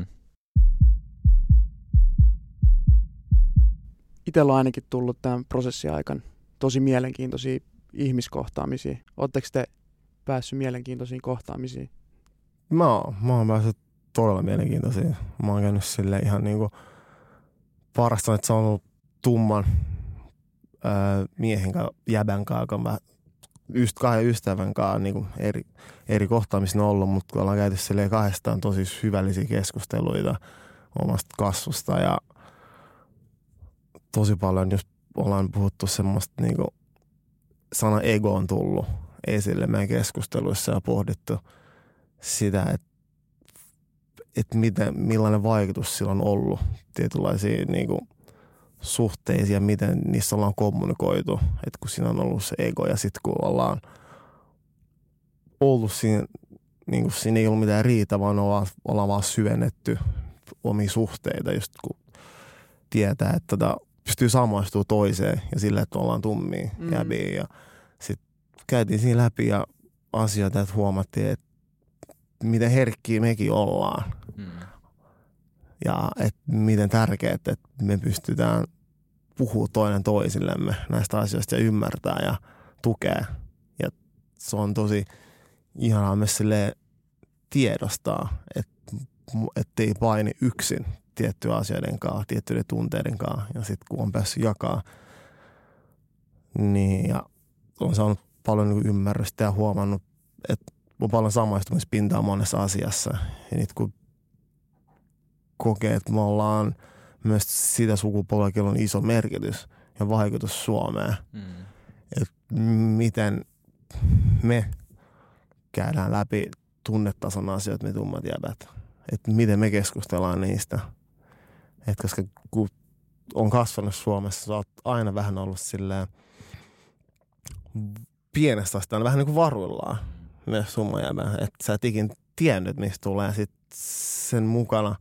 Itsellä on ainakin tullut tämän prosessin aikana tosi mielenkiintoisia ihmiskohtaamisia. Oletteko te päässyt mielenkiintoisiin kohtaamisiin? Mä oon päässyt todella mielenkiintoisiin. Mä oon käynyt sille ihan niinku parasta, että se on ollut tumman miehen kanssa, jäbän kanssa, kahden ystävän kanssa niinku eri kohtaamisia on ollut, mutta ollaan käyty silleen kahdestaan tosi hyvällisiä keskusteluita omasta kasvusta ja tosi paljon, jos ollaan puhuttu semmoista, niinku sana ego on tullut esille meidän keskusteluissa ja pohdittu sitä, että millainen vaikutus sillä on ollut tietynlaisiin niinku suhteisiin ja miten niissä ollaan kommunikoitu. Että kun siinä on ollut se ego ja sitten kun ollaan ollut siinä, niin kuin siinä ei ollut mitään riitä, vaan ollaan vaan syvennetty omia suhteita, just kun tietää, että pystyy samaistumaan toiseen ja sillä, että ollaan tummia jäbiä. Ja sitten käytiin siinä läpi ja asioita, että huomattiin, että miten herkkiä mekin ollaan. Ja että miten tärkeää, että me pystytään puhumaan toinen toisillemme näistä asioista ja ymmärtää ja tukea. Ja se on tosi ihanaa myös silleen tiedostaa, että ei paini yksin tiettyjen asioiden kanssa, tiettyjen tunteiden kanssa. Ja sitten kun on päässyt jakaa, niin ja on saanut paljon niin kuin ymmärrystä ja huomannut, että on paljon samaistumispintaa monessa asiassa. Ja nyt kun kokee, että me ollaan myös sitä sukupolvea, jolla on iso merkitys ja vaikutus Suomeen. Että miten me käydään läpi tunnetason asioita, me tummat jäbät. Että miten me keskustellaan niistä. Että koska kun on kasvanut Suomessa, sä oot aina vähän ollut silleen pienestä asti vähän niin kuin varuillaan ne summa jäbä. Että sä et ikin tiennyt, mistä tulee. Ja sit sen mukana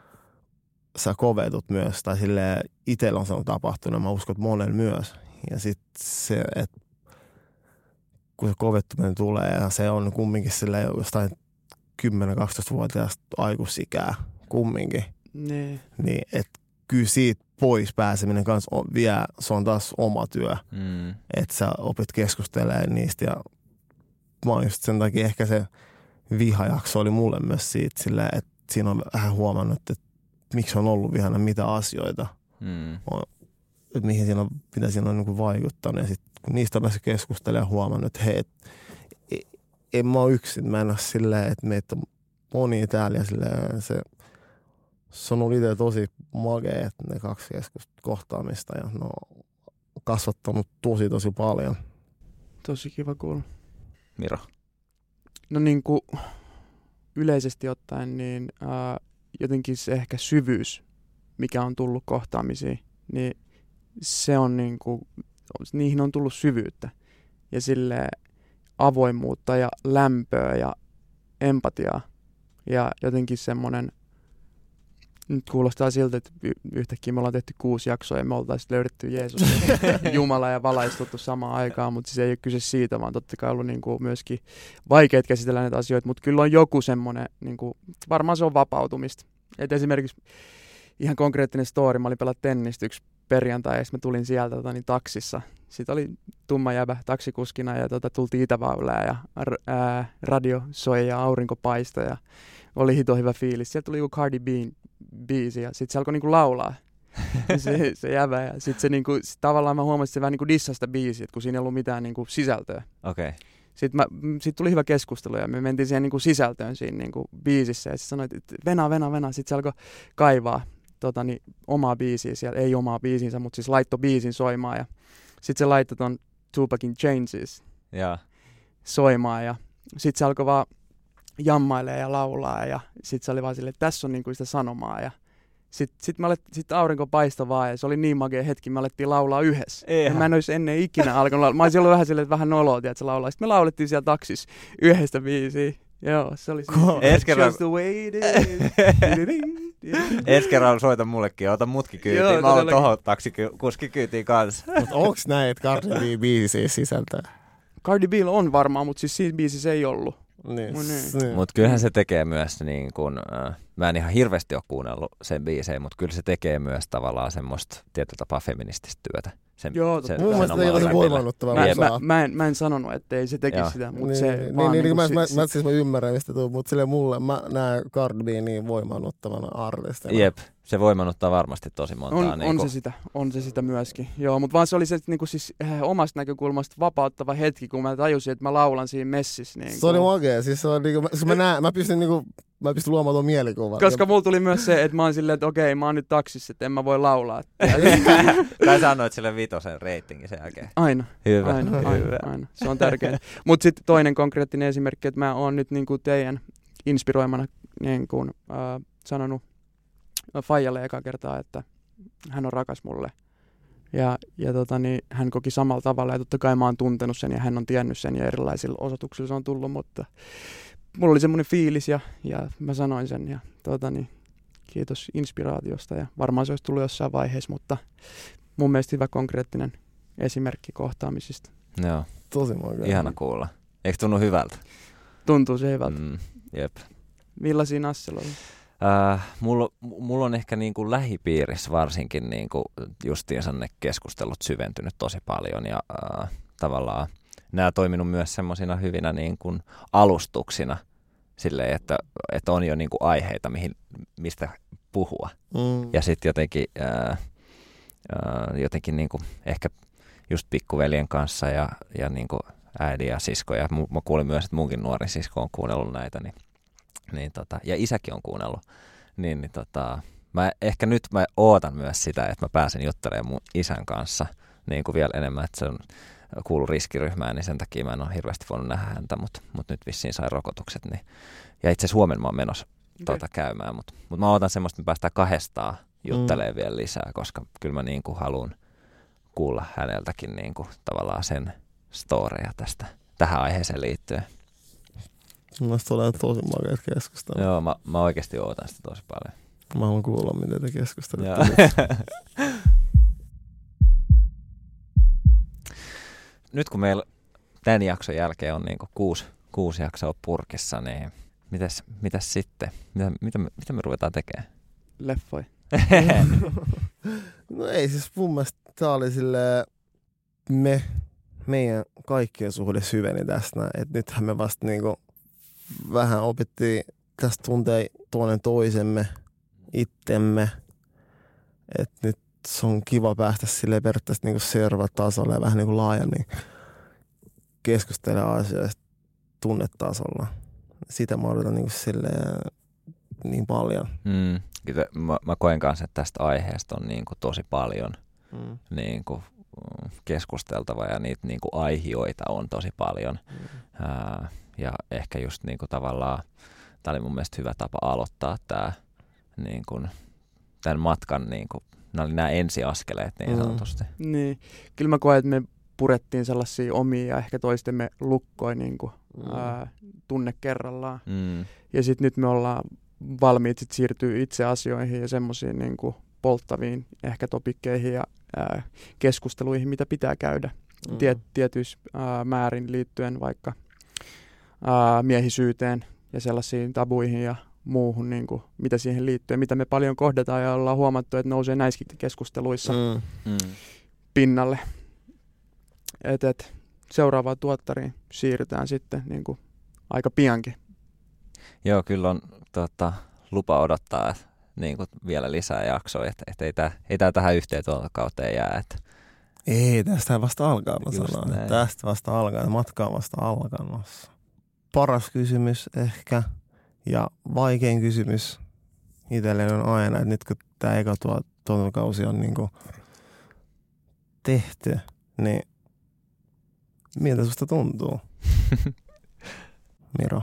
sä kovetut myös. Tai silleen itsellä on se tapahtunut. Mä uskon, että monella myös. Ja sit se, että kun se kovettuminen tulee ja se on kumminkin silleen jostain 10-12-vuotiaasta aikuisikää kumminkin. Niin että kyllä siitä pois pääseminen kanssa vielä, se on taas oma työ. Että sä opit keskustelemaan niistä ja mä oon just sen takia ehkä se vihajakso oli mulle myös siitä silleen, että siinä on vähän huomannut, että miksi on ollut vihana, mitä asioita että mihin siinä on, mitä siinä on niin kuin vaikuttanut. Ja sitten kun niistä on päässyt keskustelemaan ja huomannut, että hei, en mä ole yksin. Mä en ole silleen, että meitä on monia täällä ja silleen se on ollut itse tosi makea, että ne kaksi kohtaamista ja ne on kasvattanut tosi paljon. Tosi kiva kuulla. Miro? No niin kuin yleisesti ottaen, niin jotenkin se ehkä syvyys, mikä on tullut kohtaamisiin, niin se on niin kuin, niihin on tullut syvyyttä ja sille avoimuutta ja lämpöä ja empatiaa ja jotenkin semmoinen, nyt kuulostaa siltä, että yhtäkkiä me ollaan tehty 6 jaksoa ja me oltaisiin löydetty Jeesus ja Jumala ja valaistuttu samaan aikaan, mutta se ei ole kyse siitä, vaan totta kai ollut niin kuin myöskin vaikeat käsitellä näitä asioita, mutta kyllä on joku semmoinen, niin kuin, varmaan se on vapautumista. Et esimerkiksi ihan konkreettinen story, mä olin pelaa tennistä yksi perjantai ja mä tulin sieltä taksissa. Sitten oli tumma jäbä taksikuskina ja tultiin Itäväylään ja radio soi ja aurinko paistoi ja oli hito hyvä fiilis. Sieltä tuli joku Cardi B:n biisi ja sitten se alkoi niinku laulaa. se jäbä ja sitten se niinku, tavallaan mä huomasin, että se vähän niinku dissasi sitä biisiä, kun siinä ei ollut mitään niinku sisältöä. Okay. Sitten tuli hyvä keskustelu ja me mentiin siihen niinku sisältöön siinä niinku biisissä ja sitten sanoit, että venä. Sitten se alkoi kaivaa omaa biisiä siellä, ei omaa biisinsä, mutta siis laittoi biisin soimaan ja sitten se laittoi ton Tupacin Changes soimaan ja sitten se alkoi vaan jammailee ja laulaa ja sitten se oli vaan silleen, että tässä on niinku sitä sanomaa ja sitten aurinko paistoi vaan ja se oli niin makea hetki, me alettiin laulaa yhdessä. Ja mä en olisi ennen ikinä alkanut laulaa. Mä olisin ollut vähän silleen, että vähän noloa, että laulaa. Sitten me laulettiin siellä taksissa yhdestä biisiä. Joo, se oli just the way it is. Ensi kerralla soita mullekin, ota mutkin kyytiin. Joo, mä oon tohon taksikuski kyytiin kanssa. Mutta onks näitä Cardi B-biisiä sisältöä? Cardi B on varmaan, mutta siis siinä biisissä ei ollut. Niin. Mutta kyllähän se tekee myös, niin kun, mä en ihan hirveästi ole kuunnellut sen biisejä, mutta kyllä se tekee myös tavallaan semmoista tietyllä tapaa feminististä työtä. Joo, mun mielestä ei ole se voimannuttavaa. Mä en sanonut, ettei se tekisi sitä, mutta se vaan... Mä ymmärrän, mistä tuu, mutta silleen mulle mä näen Cardi B niin voimannuttavana artistina. Jep, se voimannuttaa varmasti tosi montaa. On se sitä myöskin. Joo, mutta vaan se oli se niinku siis omasta näkökulmasta vapauttava hetki, kun mä tajusin, että mä laulan siinä messissä. Niin se oli makea. Siis mä pystyn luomaan tuon mielikuvan. Koska mulla tuli myös se, että mä oon silleen, että okei, mä oon nyt taksissa, että en mä voi laulaa. Tai sanoit sille 5 reitingin sen jälkeen. Aina. Hyvä. Aina. Se on tärkeää. Mutta sitten toinen konkreettinen esimerkki, että mä oon nyt niinku teidän inspiroimana niin sanonut Faijalle eka kertaa, että hän on rakas mulle. hän koki samalla tavalla ja totta kai mä oon tuntenut sen ja hän on tiennyt sen ja erilaisilla osoituksilla se on tullut, mutta mulla oli semmoinen fiilis ja mä sanoin sen ja kiitos inspiraatiosta ja varmaan se olisi tullut jossain vaiheessa, mutta mun mielestä hyvä konkreettinen esimerkki kohtaamisista. Joo. Tosi makea. Ihana kuulla. Eikö tunnu hyvältä? Tuntuu se hyvältä. Jep. Millaisia Nassilla oli? Mulla on ehkä niin kuin lähipiirissä varsinkin niin kuin justiinsa ne keskustelut syventynyt tosi paljon ja tavallaan nämä toiminut myös semmoisina hyvinä niin kuin alustuksina silleen, että on jo niin kuin aiheita, mistä puhua. Ja sitten jotenkin niin kuin ehkä just pikkuveljen kanssa ja niin kuin äidin ja sisko. Ja mä kuulin myös, että munkin nuori sisko on kuunnellut näitä. Ja isäkin on kuunnellut. Mä ootan myös sitä, että mä pääsen juttelemaan mun isän kanssa niin kuin vielä enemmän, että se on kuullut riskiryhmään, niin sen takia mä en ole hirveästi voinut nähdä häntä, mutta nyt vissiin sai rokotukset. Niin. Ja itse asiassa huomenna mä oon menossa käymään, mutta mä ootan semmoista, että me päästään kahdestaan juttelemaan vielä lisää, koska kyllä mä niin kuin haluan kuulla häneltäkin niin kuin tavallaan sen storeja tähän aiheeseen liittyen. Mielestäni tulee tosi makeat keskustelua. Joo, mä oikeasti ootan sitä tosi paljon. Mä haluan kuulla, miten te keskustelette. Nyt kun meillä tämän jakson jälkeen on niin kuin kuusi jaksoa purkissa, niin mitäs sitten? Mitä me ruvetaan tekemään? Leffoi. No ei siis mun mielestä tää oli silleen meidän kaikkien suhde syveni tästä. Että nythän me vasta niinku vähän opittiin tästä tuntee toinen toisemme, itsemme. Että nyt se on kiva päästä silleen periaatteessa niinku servatasolle ja vähän niinku laajemmin keskustella asioista tunnetasolla. Sitä mä odotan niinku silleen niin paljon. Mä koen kanssa, että tästä aiheesta on niinku tosi paljon niinku keskusteltava ja niitä niinku aihioita on tosi paljon. Ja ehkä just niinku tavallaan tää oli mun mielestä hyvä tapa aloittaa tää niinku tämän matkan niinku nämä ensiaskeleet niin sanotusti. Niin, kyllä mä koen, että me purettiin sellaisia omia ja ehkä toistemme lukkoja niinku, tunne kerrallaan. Ja sitten nyt me ollaan valmiit sit siirtyä itse asioihin ja semmoisiin niinku polttaviin ehkä topikkeihin ja keskusteluihin, mitä pitää käydä tietyissä määrin liittyen vaikka miehisyyteen ja sellaisiin tabuihin ja muuhun, niin kuin, mitä siihen liittyy, mitä me paljon kohdataan ja ollaan huomattu, että nousee näissäkin keskusteluissa pinnalle. Et seuraavaan tuottariin siirrytään sitten niin kuin, aika piankin. Joo, kyllä on lupa odottaa niin kuin vielä lisää jaksoja, että ei tää tähän yhteen kauteen jää. Että ei, tästä vasta alkaa, mä sanon. Tästä vasta alkaa, matka on vasta alkamassa. Paras kysymys ehkä ja vaikein kysymys itselleen on aina, että nyt kun tämä eka tuotantokausi on niinku tehty, niin miltä susta tuntuu? Miro?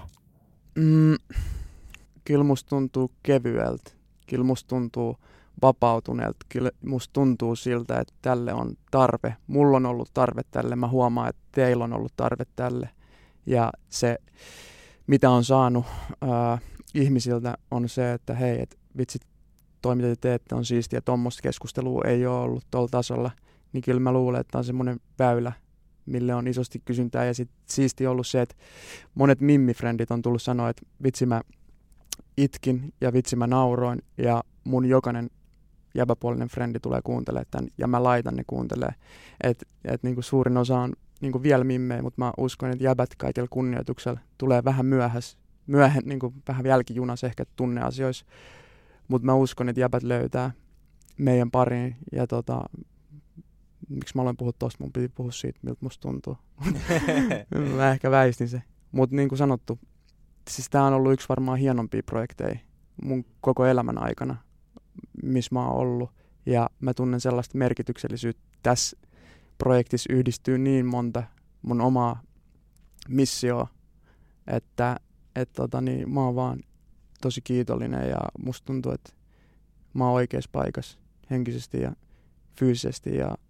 Kyllä musta tuntuu kevyeltä. Kyllä musta tuntuu vapautuneelta. Kyllä musta tuntuu siltä, että tälle on tarve. Mulla on ollut tarve tälle. Mä huomaan, että teillä on ollut tarve tälle. Ja se, mitä on saanut ihmisiltä, on se, että hei, et vitsit, toi mitä te teette on siistiä. Tuommoista keskustelua ei ole ollut tuolla tasolla. Niin kyllä mä luulen, että on semmoinen väylä, mille on isosti kysyntää. Ja sit siisti ollut se, että monet mimmifrendit on tullut sanoa, että vitsi mä itkin ja vitsi mä nauroin ja mun jokainen jäbäpuolinen frendi tulee kuuntelemaan tämän ja mä laitan ne kuuntelee. Et niinku suurin osa on niinku vielä mimmejä, mutta mä uskon, että jäbät kaikella kunnioituksella tulee vähän myöhään niinku vähän jälkijunas ehkä tunneasioissa. Mutta mä uskon, että jäbät löytää meidän pariin ja miksi mä aloin puhua tosta, mun piti puhua siitä, miltä musta tuntuu. Mä ehkä väistin se. Mutta niin kuin sanottu, siis tää on ollut yksi varmaan hienompia projekteja mun koko elämän aikana, missä mä oon ollut. Ja mä tunnen sellaista merkityksellisyyttä. Tässä projektissa yhdistyy niin monta mun omaa missioa, että mä oon vaan tosi kiitollinen ja musta tuntuu, että mä oon oikeassa paikassa henkisesti ja fyysisesti ja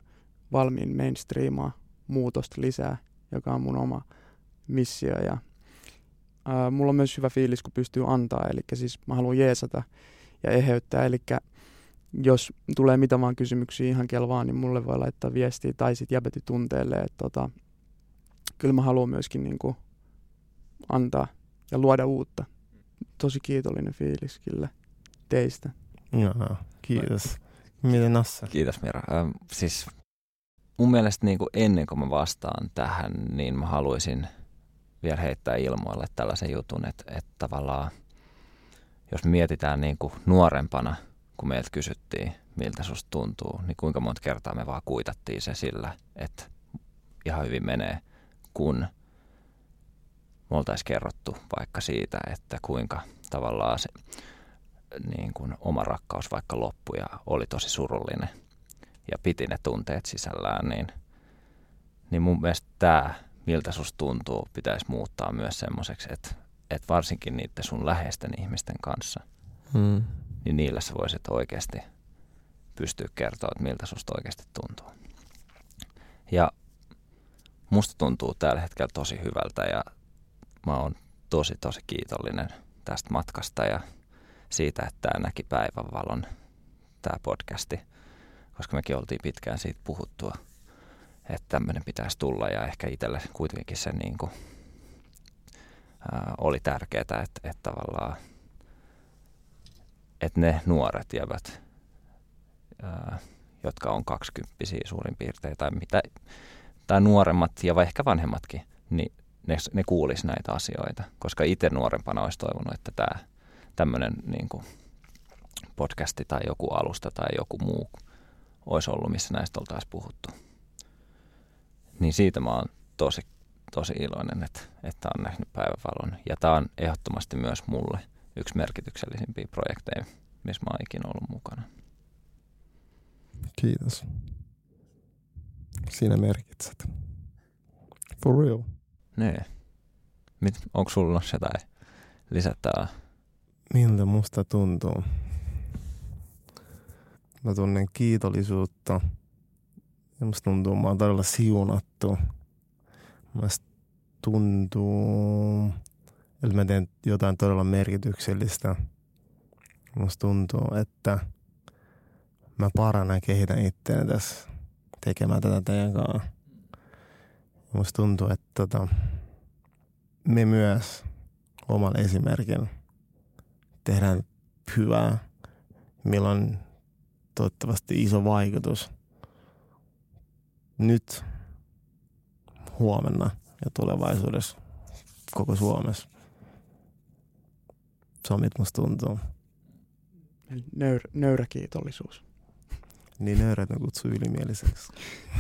valmiin mainstreamaa muutosta lisää, joka on mun oma missio. Ja mulla on myös hyvä fiilis, kun pystyy antaa, eli siis mä haluan jeesata ja eheyttää, eli jos tulee mitä vaan kysymyksiä ihan kelvaan, niin mulle voi laittaa viestiä tai sitten jäbeti tunteelle, että kyllä mä haluan myöskin niinku antaa ja luoda uutta. Tosi kiitollinen fiilis kyllä teistä. Joo, kiitos. Miten Nassa? Kiitos Mira. Siis mun mielestä niin kuin ennen kuin mä vastaan tähän, niin mä haluaisin vielä heittää ilmoille tällaisen jutun, että tavallaan jos mietitään niin kuin nuorempana, kun meiltä kysyttiin, miltä susta tuntuu, niin kuinka monta kertaa me vaan kuitattiin se sillä, että ihan hyvin menee, kun me oltaisiin kerrottu vaikka siitä, että kuinka tavallaan se niin kuin oma rakkaus vaikka loppui ja oli tosi surullinen ja piti ne tunteet sisällään, niin mun mielestä tämä, miltä susta tuntuu, pitäisi muuttaa myös semmoiseksi, että varsinkin niiden sun läheisten ihmisten kanssa, niin niillä sä voisit oikeasti pystyä kertoa, että miltä susta oikeasti tuntuu. Ja musta tuntuu tällä hetkellä tosi hyvältä ja mä oon tosi kiitollinen tästä matkasta ja siitä, että tämä näki päivänvalon, tämä podcasti, koska mekin oltiin pitkään siitä puhuttua, että tämmöinen pitäisi tulla ja ehkä itselle kuitenkin se niin kuin, oli tärkeää, että tavallaan että ne nuoret jävät, jotka on 20-vuotiaita suurin piirtein tai nuoremmat ja ehkä vanhemmatkin, niin ne kuulisi näitä asioita, koska itse nuorempana olisi toivonut, että tämä tämmöinen niin kuin podcasti tai joku alusta tai joku muu olisi ollut, missä näistä oltaisiin puhuttu. Niin siitä mä oon tosi iloinen, että on nähnyt päivävalon. Ja tämä on ehdottomasti myös mulle yksi merkityksellisimpiä projekteja, missä mä oon ikinä ollut mukana. Kiitos. Siinä merkitset. For real. Nee. Onko sulla jotain lisättävää? Miltä musta tuntuu? Mä tunnen kiitollisuutta. Ja musta tuntuu, mä oon todella siunattu. Musta tuntuu, että mä teen jotain todella merkityksellistä. Musta tuntuu, että mä paranen ja kehitän itseäni tässä tekemään tätä teidän kanssa. Musta tuntuu, että me myös omalla esimerkillä tehdään hyvää, millä on toivottavasti iso vaikutus nyt, huomenna ja tulevaisuudessa koko Suomessa. Se on, mitä musta tuntuu. Nöyrä kiitollisuus. Niin nöyrät ne kutsuu ylimieliseksi.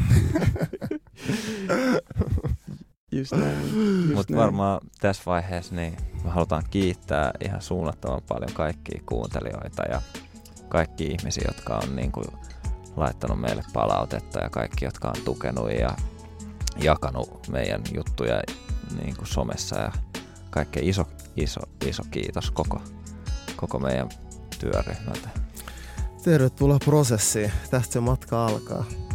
Just näin. Mutta varmaan tässä vaiheessa niin me halutaan kiittää ihan suunnattoman paljon kaikkia kuuntelijoita ja kaikki ihmisiä, jotka on niin kuin laittanut meille palautetta ja kaikki, jotka on tukenut ja jakanut meidän juttuja niin kuin somessa ja kaikkea iso kiitos koko meidän työryhmältä. Tervetuloa prosessiin. Tästä se matka alkaa.